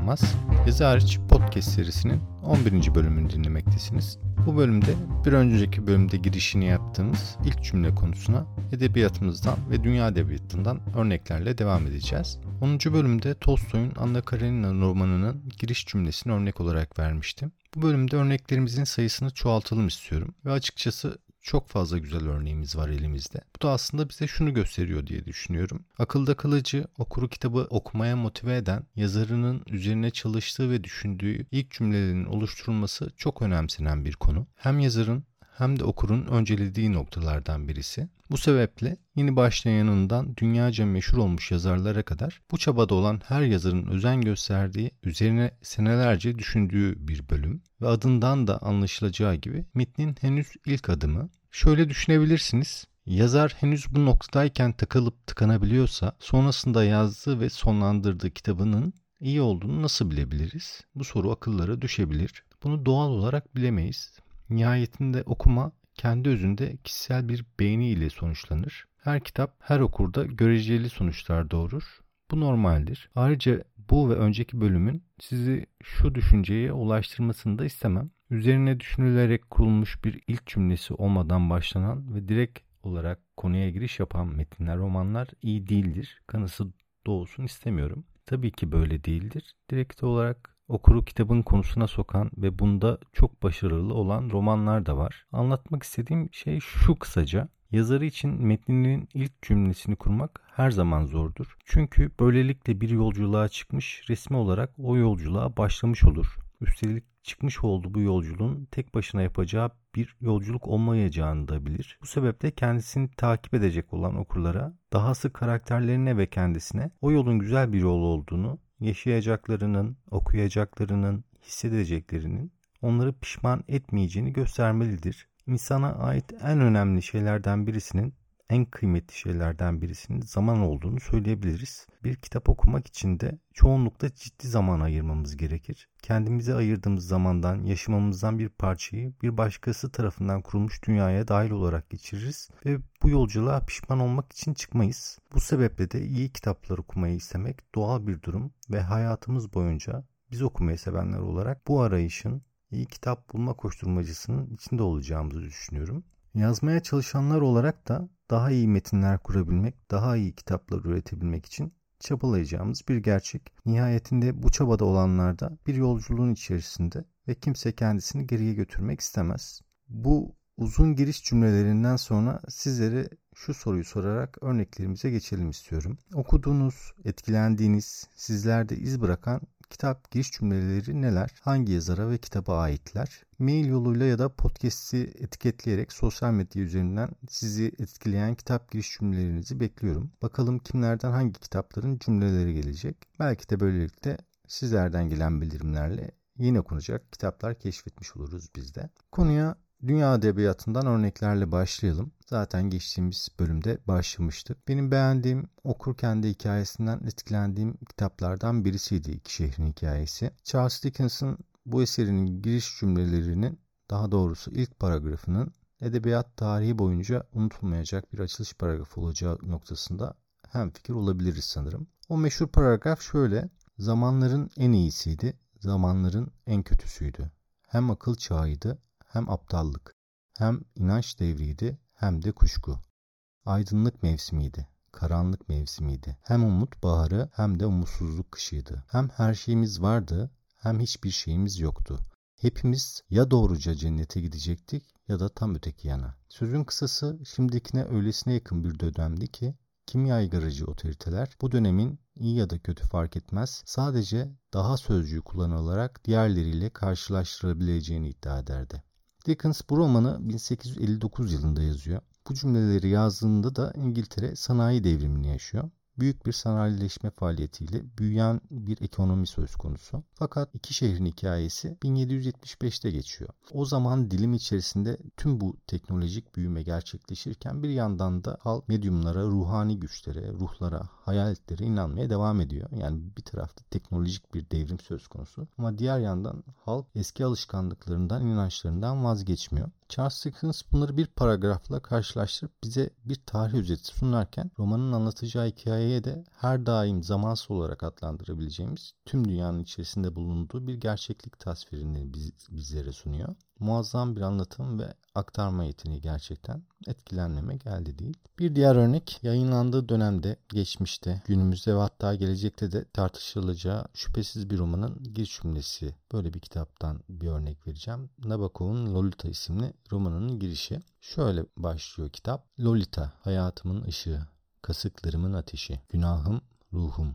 Yılmaz. Yazı hariç podcast serisinin 11. bölümünü dinlemektesiniz. Bu bölümde bir önceki bölümde girişini yaptığımız ilk cümle konusuna edebiyatımızdan ve dünya edebiyatından örneklerle devam edeceğiz. 10. bölümde Tolstoy'un Anna Karenina romanının giriş cümlesini örnek olarak vermiştim. Bu bölümde örneklerimizin sayısını çoğaltalım istiyorum ve açıkçası çok fazla güzel örneğimiz var elimizde. Bu da aslında bize şunu gösteriyor diye düşünüyorum. Akılda kalıcı, okuru kitabı okumaya motive eden, yazarının üzerine çalıştığı ve düşündüğü ilk cümlelerin oluşturulması çok önemsenen bir konu. Hem yazarın hem de okurun öncelediği noktalardan birisi. Bu sebeple yeni başlayanından dünyaca meşhur olmuş yazarlara kadar bu çabada olan her yazarın özen gösterdiği, üzerine senelerce düşündüğü bir bölüm ve adından da anlaşılacağı gibi metnin henüz ilk adımı. Şöyle düşünebilirsiniz. Yazar henüz bu noktadayken takılıp tıkanabiliyorsa sonrasında yazdığı ve sonlandırdığı kitabının iyi olduğunu nasıl bilebiliriz? Bu soru akıllara düşebilir. Bunu doğal olarak bilemeyiz. Nihayetinde okuma kendi özünde kişisel bir beğeni ile sonuçlanır. Her kitap her okurda göreceli sonuçlar doğurur. Bu normaldir. Ayrıca bu ve önceki bölümün sizi şu düşünceye ulaştırmasını da istemem. Üzerine düşünülerek kurulmuş bir ilk cümlesi olmadan başlanan ve direkt olarak konuya giriş yapan metinler, romanlar iyi değildir. Kanısı doğsun istemiyorum. Tabii ki böyle değildir. Direkt olarak okuru kitabın konusuna sokan ve bunda çok başarılı olan romanlar da var. Anlatmak istediğim şey şu kısaca. Yazarı için metninin ilk cümlesini kurmak her zaman zordur. Çünkü böylelikle bir yolculuğa çıkmış, resmi olarak o yolculuğa başlamış olur. Üstelik çıkmış olduğu bu yolculuğun tek başına yapacağı bir yolculuk olmayacağını da bilir. Bu sebeple kendisini takip edecek olan okurlara, dahası karakterlerine ve kendisine o yolun güzel bir yol olduğunu, yaşayacaklarının, okuyacaklarının, hissedeceklerinin onları pişman etmeyeceğini göstermelidir. İnsana ait en önemli şeylerden birisinin, en kıymetli şeylerden birisinin zaman olduğunu söyleyebiliriz. Bir kitap okumak için de çoğunlukla ciddi zaman ayırmamız gerekir. Kendimize ayırdığımız zamandan, yaşamamızdan bir parçayı bir başkası tarafından kurulmuş dünyaya dahil olarak geçiririz ve bu yolculuğa pişman olmak için çıkmayız. Bu sebeple de iyi kitaplar okumayı istemek doğal bir durum ve hayatımız boyunca biz okumayı sevenler olarak bu arayışın, iyi kitap bulma koşturmacasının içinde olacağımızı düşünüyorum. Yazmaya çalışanlar olarak da daha iyi metinler kurabilmek, daha iyi kitaplar üretebilmek için çabalayacağımız bir gerçek. Nihayetinde bu çabada olanlar da bir yolculuğun içerisinde ve kimse kendisini geriye götürmek istemez. Bu uzun giriş cümlelerinden sonra sizlere şu soruyu sorarak örneklerimize geçelim istiyorum. Okuduğunuz, etkilendiğiniz, sizlerde iz bırakan kitap giriş cümleleri neler? Hangi yazara ve kitaba aitler? Mail yoluyla ya da podcast'i etiketleyerek sosyal medya üzerinden sizi etkileyen kitap giriş cümlelerinizi bekliyorum. Bakalım kimlerden hangi kitapların cümleleri gelecek? Belki de böylelikle sizlerden gelen bildirimlerle yeni okunacak kitaplar keşfetmiş oluruz biz de. Konuya dünya edebiyatından örneklerle başlayalım. Zaten geçtiğimiz bölümde başlamıştık. Benim beğendiğim, okurken de hikayesinden etkilendiğim kitaplardan birisiydi İki Şehrin Hikayesi. Charles Dickens'ın bu eserinin giriş cümlelerinin, daha doğrusu ilk paragrafının edebiyat tarihi boyunca unutulmayacak bir açılış paragrafı olacağı noktasında hemfikir olabiliriz sanırım. O meşhur paragraf şöyle: zamanların en iyisiydi, zamanların en kötüsüydü. Hem akıl çağıydı, hem aptallık, hem inanç devriydi, hem de kuşku. Aydınlık mevsimiydi, karanlık mevsimiydi. Hem umut baharı, hem de umutsuzluk kışıydı. Hem her şeyimiz vardı, hem hiçbir şeyimiz yoktu. Hepimiz ya doğruca cennete gidecektik ya da tam öteki yana. Sözün kısası, şimdikine öylesine yakın bir dönemdi ki kimi yaygaracı otoriteler bu dönemin iyi ya da kötü fark etmez, sadece daha sözcüğü kullanılarak diğerleriyle karşılaştırılabileceğini iddia ederdi. Dickens bu romanı 1859 yılında yazıyor. Bu cümleleri yazdığında da İngiltere sanayi devrimini yaşıyor. Büyük bir sanayileşme faaliyetiyle büyüyen bir ekonomi söz konusu. Fakat İki Şehrin Hikayesi 1775'te geçiyor. O zaman dilim içerisinde tüm bu teknolojik büyüme gerçekleşirken bir yandan da halk medyumlara, ruhani güçlere, ruhlara, hayaletlere inanmaya devam ediyor. Yani bir tarafta teknolojik bir devrim söz konusu. Ama diğer yandan halk eski alışkanlıklarından, inançlarından vazgeçmiyor. Charles Dickens bunları bir paragrafla karşılaştırıp bize bir tarih özeti sunarken romanın anlatacağı hikayeye de her daim zamansız olarak adlandırabileceğimiz tüm dünyanın içerisinde bulunduğu bir gerçeklik tasvirini bizlere sunuyor. Muazzam bir anlatım ve aktarma yeteneği gerçekten etkilenmemek elde değil. Bir diğer örnek yayınlandığı dönemde, geçmişte, günümüzde ve hatta gelecekte de tartışılacağı şüphesiz bir romanın giriş cümlesi. Böyle bir kitaptan bir örnek vereceğim. Nabokov'un Lolita isimli romanının girişi. Şöyle başlıyor kitap. Lolita, hayatımın ışığı, kasıklarımın ateşi, günahım, ruhum.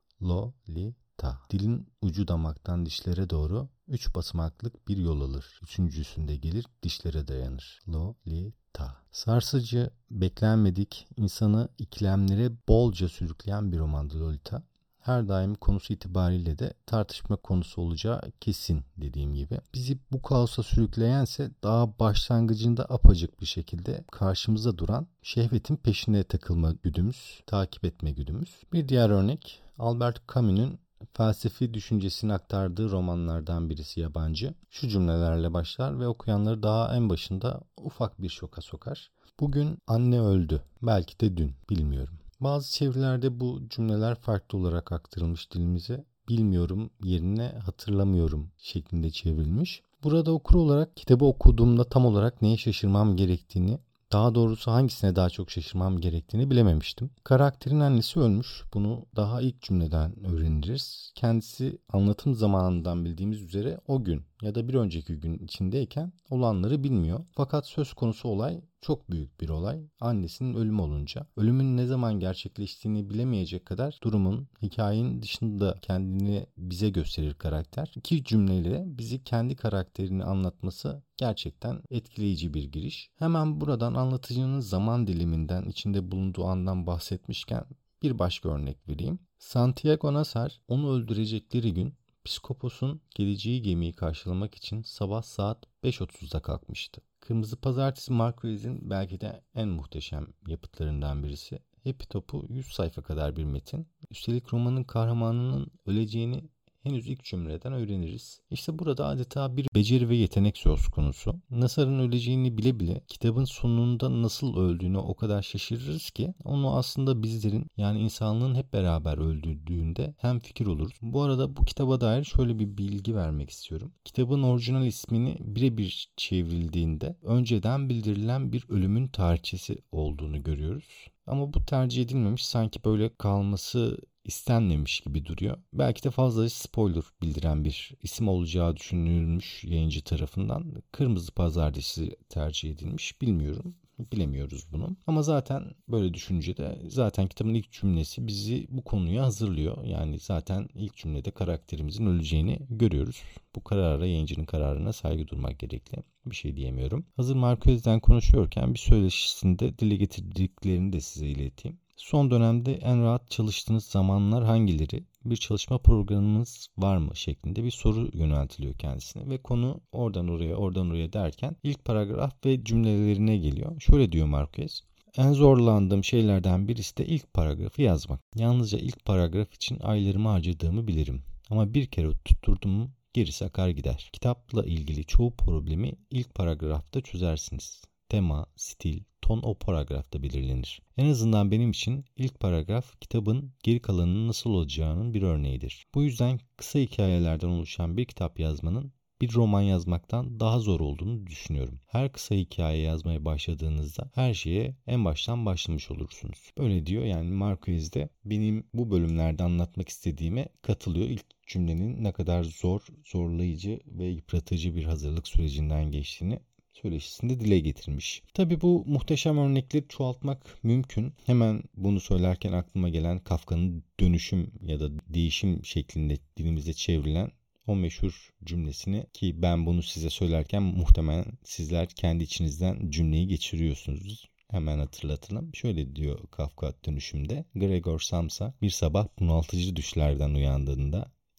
Lolita. Dilin ucu damaktan dişlere doğru 3 basamaklık bir yol alır. Üçüncüsünde gelir dişlere dayanır. Lolita. Sarsıcı, beklenmedik, insanı ikilemlere bolca sürükleyen bir romandı Lolita. Her daim konusu itibariyle de tartışma konusu olacağı kesin dediğim gibi. Bizi bu kaosa sürükleyense daha başlangıcında apacık bir şekilde karşımıza duran şehvetin peşine takılma güdümüz, takip etme güdümüz. Bir diğer örnek Albert Camus'un felsefi düşüncesini aktardığı romanlardan birisi Yabancı. Şu cümlelerle başlar ve okuyanları daha en başında ufak bir şoka sokar. Bugün anne öldü, belki de dün, bilmiyorum. Bazı çevirilerde bu cümleler farklı olarak aktarılmış dilimize. Bilmiyorum yerine hatırlamıyorum şeklinde çevrilmiş. Burada okur olarak kitabı okuduğumda tam olarak neye şaşırmam gerektiğini, daha doğrusu hangisine daha çok şaşırmam gerektiğini bilememiştim. Karakterin annesi ölmüş. Bunu daha ilk cümleden öğreniriz. Kendisi anlatım zamanından bildiğimiz üzere o gün ya da bir önceki gün içindeyken olanları bilmiyor. Fakat söz konusu olay çok büyük bir olay. Annesinin ölümü olunca ölümün ne zaman gerçekleştiğini bilemeyecek kadar durumun, hikayenin dışında kendini bize gösterir karakter. 2 cümleyle bizi kendi karakterini anlatması gerçekten etkileyici bir giriş. Hemen buradan anlatıcının zaman diliminden, içinde bulunduğu andan bahsetmişken bir başka örnek vereyim. Santiago Nasar onu öldürecekleri gün Psikopos'un geleceği gemiyi karşılamak için sabah saat 5.30'da kalkmıştı. Kırmızı Pazartesi Marquez'in belki de en muhteşem yapıtlarından birisi. Hepi topu 100 sayfa kadar bir metin. Üstelik romanın kahramanının öleceğini henüz ilk cümleden öğreniriz. İşte burada adeta bir beceri ve yetenek söz konusu. Nasar'ın öleceğini bile bile kitabın sonunda nasıl öldüğünü o kadar şaşırırız ki onu aslında bizlerin, yani insanlığın hep beraber öldüğünde hemfikir oluruz. Bu arada bu kitaba dair şöyle bir bilgi vermek istiyorum. Kitabın orijinal ismini birebir çevrildiğinde önceden bildirilen bir ölümün tarihçesi olduğunu görüyoruz. Ama bu tercih edilmemiş, sanki böyle kalması istenmemiş gibi duruyor. Belki de fazla spoiler bildiren bir isim olacağı düşünülmüş yayıncı tarafından. Kırmızı Pazartesi tercih edilmiş. Bilmiyorum. Bilemiyoruz bunu. Ama zaten böyle düşünce de zaten kitabın ilk cümlesi bizi bu konuya hazırlıyor. Yani zaten ilk cümlede karakterimizin öleceğini görüyoruz. Bu karara, yayıncının kararına saygı durmak gerekli. Bir şey diyemiyorum. Hazır Marquez'den konuşuyorken bir söyleşisinde dile getirdiklerini de size ileteyim. Son dönemde en rahat çalıştığınız zamanlar hangileri? Bir çalışma programınız var mı? Şeklinde bir soru yöneltiliyor kendisine ve konu oradan oraya derken ilk paragraf ve cümlelerine geliyor. Şöyle diyor Marquez. En zorlandığım şeylerden birisi de ilk paragrafı yazmak. Yalnızca ilk paragraf için aylarımı harcadığımı bilirim. Ama bir kere tutturdum mu gerisi akar gider. Kitapla ilgili çoğu problemi ilk paragrafta çözersiniz. Tema, stil, ton o paragrafta belirlenir. En azından benim için ilk paragraf kitabın geri kalanının nasıl olacağının bir örneğidir. Bu yüzden kısa hikayelerden oluşan bir kitap yazmanın bir roman yazmaktan daha zor olduğunu düşünüyorum. Her kısa hikaye yazmaya başladığınızda her şeye en baştan başlamış olursunuz. Böyle diyor, yani Marquez de benim bu bölümlerde anlatmak istediğime katılıyor. İlk cümlenin ne kadar zorlayıcı ve yıpratıcı bir hazırlık sürecinden geçtiğini söyleşisinde dile getirmiş. Tabii bu muhteşem örnekleri çoğaltmak mümkün. Hemen bunu söylerken aklıma gelen Kafka'nın dönüşüm ya da değişim şeklinde dilimizde çevrilen o meşhur cümlesini, ki ben bunu size söylerken muhtemelen sizler kendi içinizden cümleyi geçiriyorsunuz. Hemen hatırlatalım. Şöyle diyor Kafka dönüşümde. Gregor Samsa bir sabah bunaltıcı düşlerden uyandığında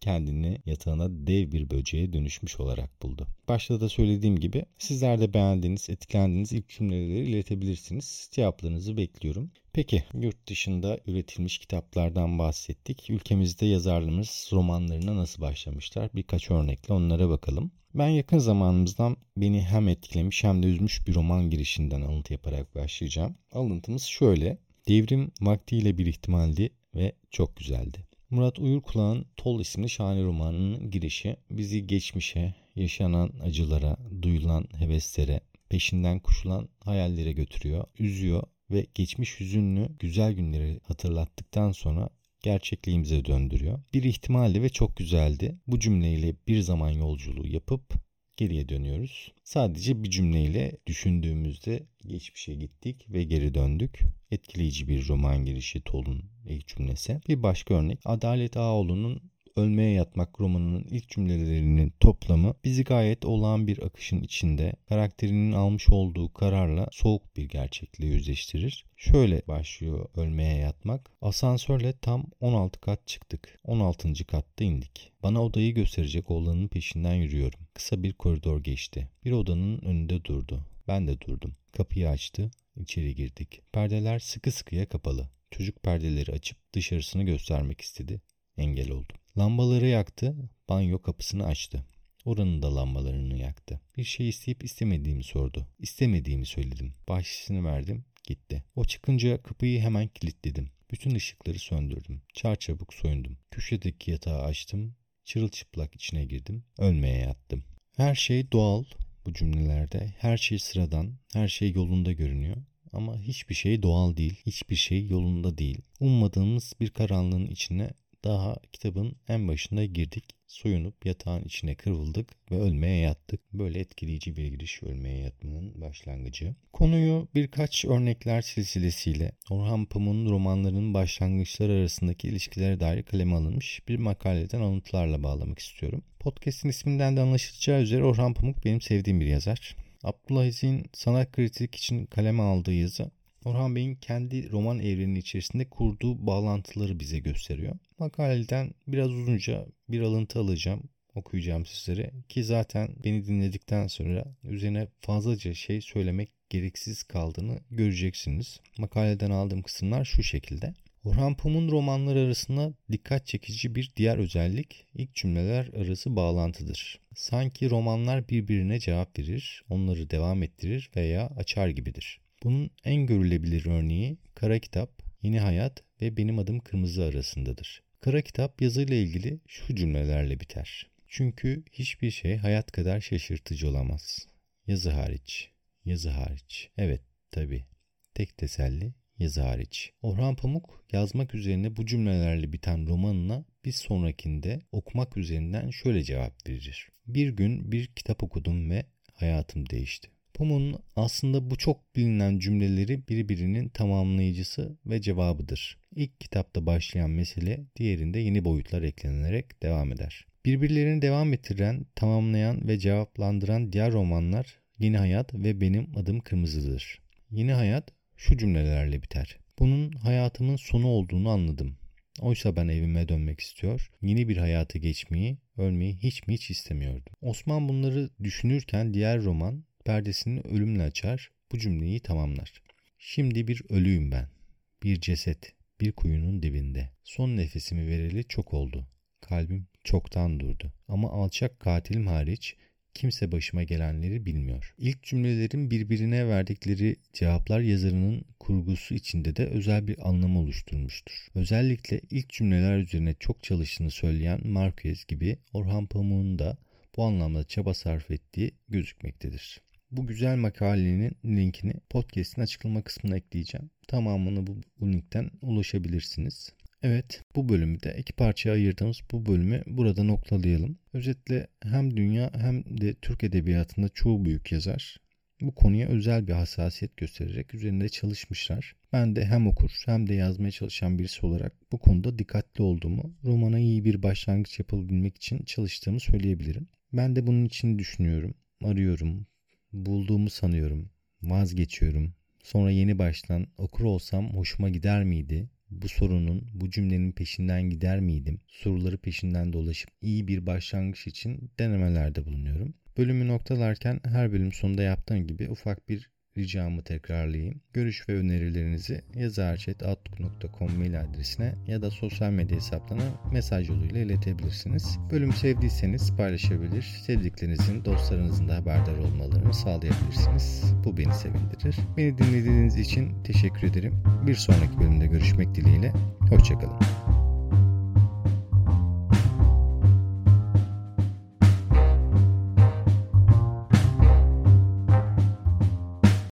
kendini yatağına dev bir böceğe dönüşmüş olarak buldu. Başta da söylediğim gibi sizler de beğendiğiniz, etkilendiğiniz ilk cümleleri iletebilirsiniz. Cevaplarınızı bekliyorum. Peki, yurt dışında üretilmiş kitaplardan bahsettik. Ülkemizde yazarlarımız romanlarına nasıl başlamışlar? Birkaç örnekle onlara bakalım. Ben yakın zamanımızdan beni hem etkilemiş hem de üzmüş bir roman girişinden alıntı yaparak başlayacağım. Alıntımız şöyle: Devrim vaktiyle bir ihtimaldi ve çok güzeldi. Murat Uyurkulağ'ın Tol isimli şahane romanının girişi bizi geçmişe, yaşanan acılara, duyulan heveslere, peşinden koşulan hayallere götürüyor, üzüyor ve geçmiş hüzünlü güzel günleri hatırlattıktan sonra gerçekliğimize döndürüyor. Bir ihtimaldi ve çok güzeldi. Bu cümleyle bir zaman yolculuğu yapıp geriye dönüyoruz. Sadece bir cümleyle düşündüğümüzde geçmişe gittik ve geri döndük. Etkileyici bir roman girişi Tol'un ilk cümlesi. Bir başka örnek, Adalet Ağaoğlu'nun Ölmeye Yatmak romanının ilk cümlelerinin toplamı bizi gayet olağan bir akışın içinde karakterinin almış olduğu kararla soğuk bir gerçekliği yüzleştirir. Şöyle başlıyor Ölmeye Yatmak. Asansörle tam 16 kat çıktık. 16. katta indik. Bana odayı gösterecek oğlanın peşinden yürüyorum. Kısa bir koridor geçti. Bir odanın önünde durdu. Ben de durdum. Kapıyı açtı. İçeri girdik. Perdeler sıkı sıkıya kapalı. Çocuk perdeleri açıp dışarısını göstermek istedi. Engel oldum. Lambaları yaktı. Banyo kapısını açtı. Oranın da lambalarını yaktı. Bir şey isteyip istemediğimi sordu. İstemediğimi söyledim. Bahşişini verdim. Gitti. O çıkınca kapıyı hemen kilitledim. Bütün ışıkları söndürdüm. Çarçabuk soyundum. Köşedeki yatağı açtım. Çırılçıplak içine girdim. Ölmeye yattım. Her şey doğal bu cümlelerde. Her şey sıradan. Her şey yolunda görünüyor. Ama hiçbir şey doğal değil. Hiçbir şey yolunda değil. Ummadığımız bir karanlığın içine daha kitabın en başında girdik. Soyunup yatağın içine kıvrıldık ve ölmeye yattık. Böyle etkileyici bir giriş ölmeye yatmanın başlangıcı. Konuyu birkaç örnekler silsilesiyle Orhan Pamuk'un romanlarının başlangıçları arasındaki ilişkilere dair kaleme alınmış bir makaleden alıntılarla bağlamak istiyorum. Podcast'in isminden de anlaşılacağı üzere Orhan Pamuk benim sevdiğim bir yazar. Abdullah İzik'in sanat kritik için kaleme aldığı yazı Orhan Bey'in kendi roman evreninin içerisinde kurduğu bağlantıları bize gösteriyor. Makaleden biraz uzunca bir alıntı alacağım, okuyacağım sizlere ki zaten beni dinledikten sonra üzerine fazlaca şey söylemek gereksiz kaldığını göreceksiniz. Makaleden aldığım kısımlar şu şekilde. Orhan Pamuk'un romanları arasında dikkat çekici bir diğer özellik ilk cümleler arası bağlantıdır. Sanki romanlar birbirine cevap verir, onları devam ettirir veya açar gibidir. Bunun en görülebilir örneği Kara Kitap, Yeni Hayat ve Benim Adım Kırmızı arasındadır. Kara Kitap yazıyla ilgili şu cümlelerle biter. Çünkü hiçbir şey hayat kadar şaşırtıcı olamaz. Yazı hariç, yazı hariç. Evet, tabii. Tek teselli yazı hariç. Orhan Pamuk yazmak üzerine bu cümlelerle biten romanına bir sonrakinde okumak üzerinden şöyle cevap verir. Bir gün bir kitap okudum ve hayatım değişti. Pamuk'un aslında bu çok bilinen cümleleri birbirinin tamamlayıcısı ve cevabıdır. İlk kitapta başlayan mesele diğerinde yeni boyutlar eklenerek devam eder. Birbirlerini devam ettiren, tamamlayan ve cevaplandıran diğer romanlar Yeni Hayat ve Benim Adım Kırmızı'dır. Yeni Hayat şu cümlelerle biter. Bunun hayatımın sonu olduğunu anladım. Oysa ben evime dönmek istiyor, yeni bir hayata geçmeyi, ölmeyi hiç istemiyordum. Osman bunları düşünürken diğer roman perdesini ölümle açar, bu cümleyi tamamlar. Şimdi bir ölüyüm ben, bir ceset, bir kuyunun dibinde. Son nefesimi vereli çok oldu. Kalbim çoktan durdu. Ama alçak katilim hariç kimse başıma gelenleri bilmiyor. İlk cümlelerin birbirine verdikleri cevaplar yazarının kurgusu içinde de özel bir anlam oluşturmuştur. Özellikle ilk cümleler üzerine çok çalıştığını söyleyen Marquez gibi Orhan Pamuk'un da bu anlamda çaba sarf ettiği gözükmektedir. Bu güzel makalenin linkini podcast'in açıklama kısmına ekleyeceğim. Tamamını bu linkten ulaşabilirsiniz. Evet, bu bölümü de iki parçaya ayırdığımız bu bölümü burada noktalayalım. Özetle hem dünya hem de Türk edebiyatında çoğu büyük yazar bu konuya özel bir hassasiyet göstererek üzerinde çalışmışlar. Ben de hem okur hem de yazmaya çalışan birisi olarak bu konuda dikkatli olduğumu, romana iyi bir başlangıç yapabilmek için çalıştığımı söyleyebilirim. Ben de bunun için düşünüyorum, arıyorum, bulduğumu sanıyorum, vazgeçiyorum. Sonra yeni baştan okur olsam hoşuma gider miydi bu sorunun, bu cümlenin peşinden gider miydim? Soruları peşinden dolaşıp iyi bir başlangıç için denemelerde bulunuyorum. Bölümü noktalarken her bölüm sonunda yaptığım gibi ufak bir ricamı tekrarlayayım. Görüş ve önerilerinizi yazarchat.outlook.com mail adresine ya da sosyal medya hesaplarına mesaj yoluyla iletebilirsiniz. Bölümü sevdiyseniz paylaşabilir, sevdiklerinizin, dostlarınızın da haberdar olmalarını sağlayabilirsiniz. Bu beni sevindirir. Beni dinlediğiniz için teşekkür ederim. Bir sonraki bölümde görüşmek dileğiyle. Hoşçakalın.